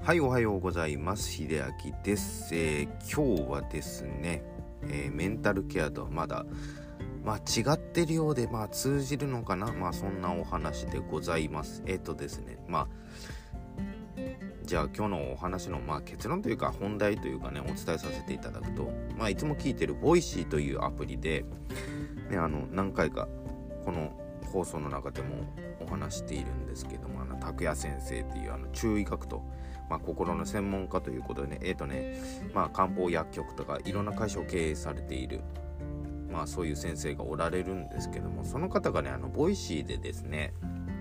はい、おはようございます。秀明です。今日はですね、メンタルケアとはまだ違ってるようで通じるのかな、そんなお話でございます。ですね、じゃあ今日のお話の結論というか本題というかね、お伝えさせていただくと、いつも聞いてるボイシーというアプリで、ね、何回かこの放送の中でもお話しているんですけども、拓也先生っていう中医学と、心の専門家ということでね、漢方薬局とかいろんな会社を経営されているそういう先生がおられるんですけども、その方がねボイシーでですね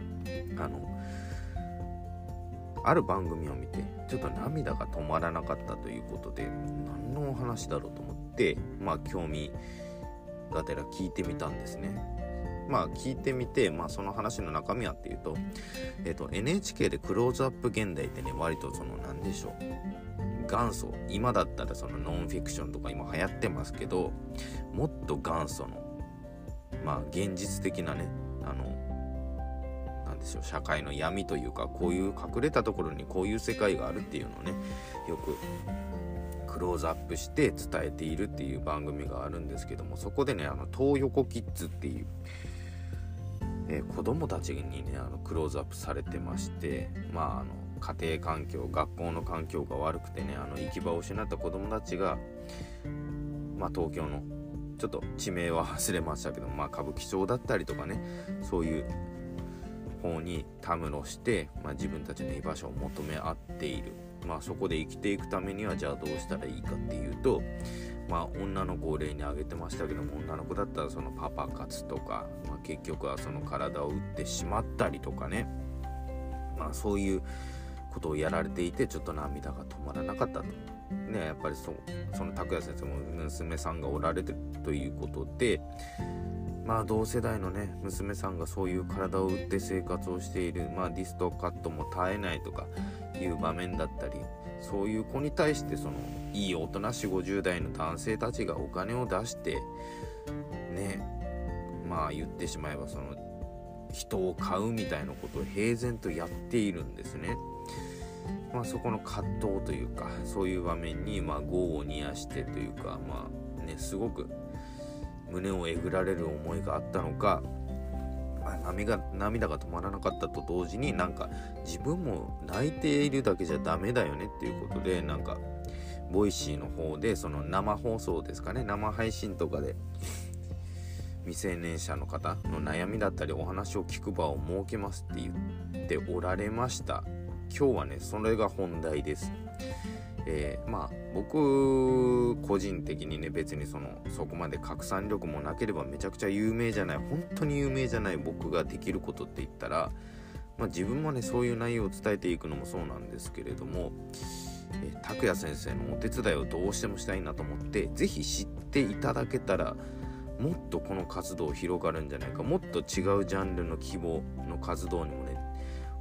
ある番組を見てちょっと涙が止まらなかったということで、何のお話だろうと思って興味がてら聞いてみたんですね。聞いてみて、その話の中身はっていうと、NHK でクローズアップ現代ってね、割と何でしょう、元祖、今だったらそのノンフィクションとか今流行ってますけど、もっと元祖の現実的なね、なんでしょう、社会の闇というか、こういう隠れたところにこういう世界があるっていうのをね、よくクローズアップして伝えているっていう番組があるんですけども、そこでね東横キッズっていう子供たちにねクローズアップされてまして、家庭環境、学校の環境が悪くてね行き場を失った子供たちが、東京のちょっと地名は忘れましたけど、歌舞伎町だったりとかね、そういう方にたむろして、自分たちの居場所を求め合っている。そこで生きていくためにはじゃあどうしたらいいかっていうと、女の子を例に挙げてましたけども、女の子だったらそのパパ活とか、結局はその体を打ってしまったりとかね、そういうことをやられていて、ちょっと涙が止まらなかったとね。やっぱりその拓也先生も娘さんがおられてるということで、同世代のね娘さんがそういう体を打って生活をしている、ディスとカットも絶えないとかいう場面だったり、そういう子に対していい大人 40,50 代の男性たちがお金を出してね、言ってしまえば人を買うみたいなことを平然とやっているんですね。そこの葛藤というか、そういう場面に業を煮やしてというか、すごく胸をえぐられる思いがあったのか、涙が止まらなかったと同時に、自分も泣いているだけじゃダメだよねっていうことで、ボイシーの方で生放送ですかね、生配信とかで未成年者の方の悩みだったりお話を聞く場を設けますって言っておられました。今日はねそれが本題です。僕個人的にね、別にそこまで拡散力もなければめちゃくちゃ有名じゃない、本当に有名じゃない僕ができることって言ったら、自分もねそういう内容を伝えていくのもそうなんですけれども、拓也先生のお手伝いをどうしてもしたいなと思って、ぜひ知っていただけたらもっとこの活動広がるんじゃないか、もっと違うジャンルの規模の活動にもね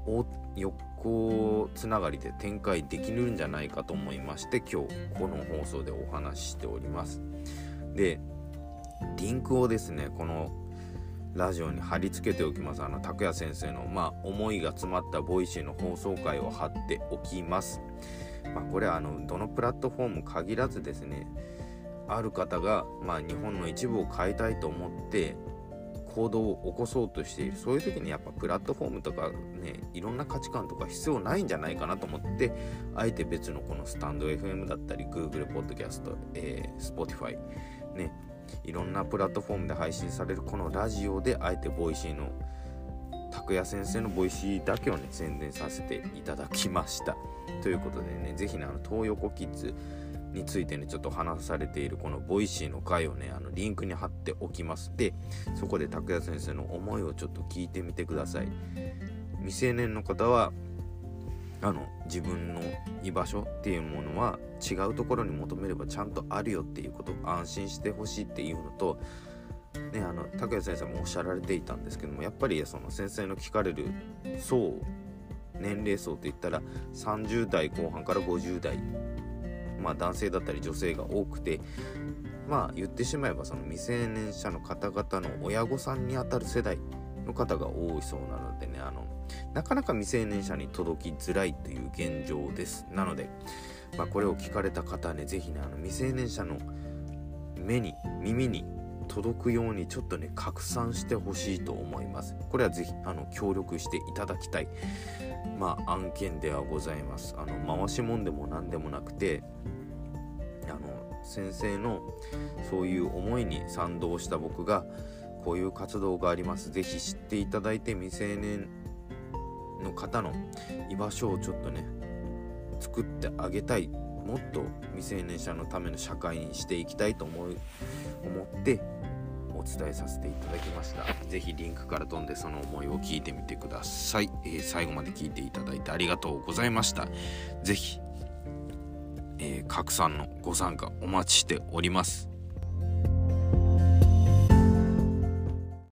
横つながりで展開できるんじゃないかと思いまして、今日この放送でお話ししております。で、リンクをですねこのラジオに貼り付けておきます。拓也先生の思いが詰まったボイシーの放送回を貼っておきます。これはどのプラットフォーム限らずですね、ある方が日本の一部を変えたいと思って行動を起こそうとしている、そういう時にやっぱプラットフォームとかね、いろんな価値観とか必要ないんじゃないかなと思って、あえて別のこのスタンド FM だったり Google ポッドキャスト、Spotify ね、いろんなプラットフォームで配信されるこのラジオで、あえてボイシーの拓也先生のボイシーだけをね宣伝させていただきましたということでね、ぜひね東横キッズについてねちょっと話されているこのボイシーの回をねリンクに貼っておきます。で、そこで拓也先生の思いをちょっと聞いてみてください。未成年の方は自分の居場所っていうものは違うところに求めればちゃんとあるよっていうことを安心してほしいっていうのとね、拓也先生もおっしゃられていたんですけども、やっぱり先生の聞かれる年齢層って言ったら30代後半から50代、男性だったり女性が多くて、言ってしまえば未成年者の方々の親御さんにあたる世代の方が多いそうなのでね、なかなか未成年者に届きづらいという現状です。なので、これを聞かれた方はね、ぜひね未成年者の目に耳に届くようにちょっとね拡散してほしいと思います。これはぜひ協力していただきたい案件ではございます。回しもんでも何でもなくて、先生のそういう思いに賛同した僕がこういう活動があります、ぜひ知っていただいて未成年の方の居場所をちょっとね作ってあげたい、もっと未成年者のための社会にしていきたいと思ってお伝えさせていただきました。ぜひリンクから飛んでその思いを聞いてみてください。最後まで聞いていただいてありがとうございました。ぜひ、拡散のご参加お待ちしております。